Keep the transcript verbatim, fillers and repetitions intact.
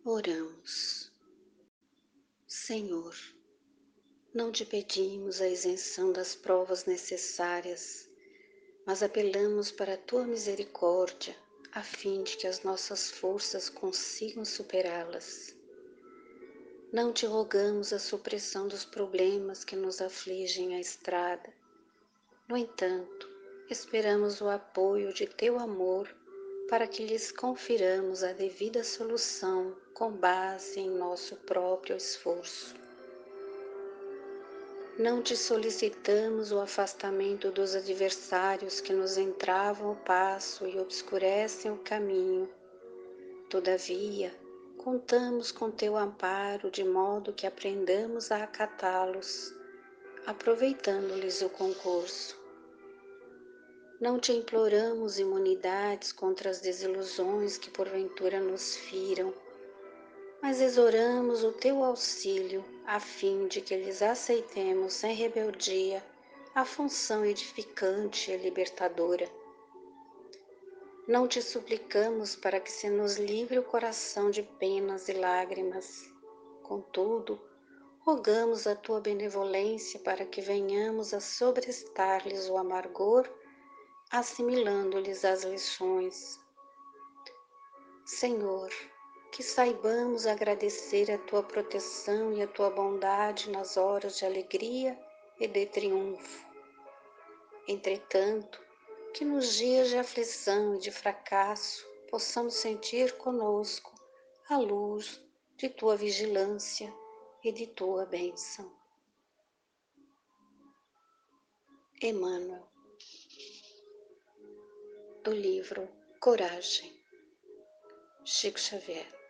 Oramos. Senhor, não te pedimos a isenção das provas necessárias, mas apelamos para a tua misericórdia, a fim de que as nossas forças consigam superá-las. Não te rogamos a supressão dos problemas que nos afligem a estrada. No entanto, esperamos o apoio de teu amor para que lhes confiramos a devida solução com base em nosso próprio esforço. Não te solicitamos o afastamento dos adversários que nos entravam o passo e obscurecem o caminho. Todavia, contamos com teu amparo de modo que aprendamos a acatá-los, aproveitando-lhes o concurso. Não te imploramos imunidades contra as desilusões que porventura nos firam, mas exoramos o teu auxílio, a fim de que lhes aceitemos sem rebeldia a função edificante e libertadora. Não te suplicamos para que se nos livre o coração de penas e lágrimas. Contudo, rogamos a tua benevolência para que venhamos a sobrestar-lhes o amargor, assimilando-lhes as lições. Senhor, que saibamos agradecer a tua proteção e a tua bondade nas horas de alegria e de triunfo. Entretanto, que nos dias de aflição e de fracasso possamos sentir conosco a luz de tua vigilância e de tua bênção. Emmanuel, do livro Coragem, Chico Xavier.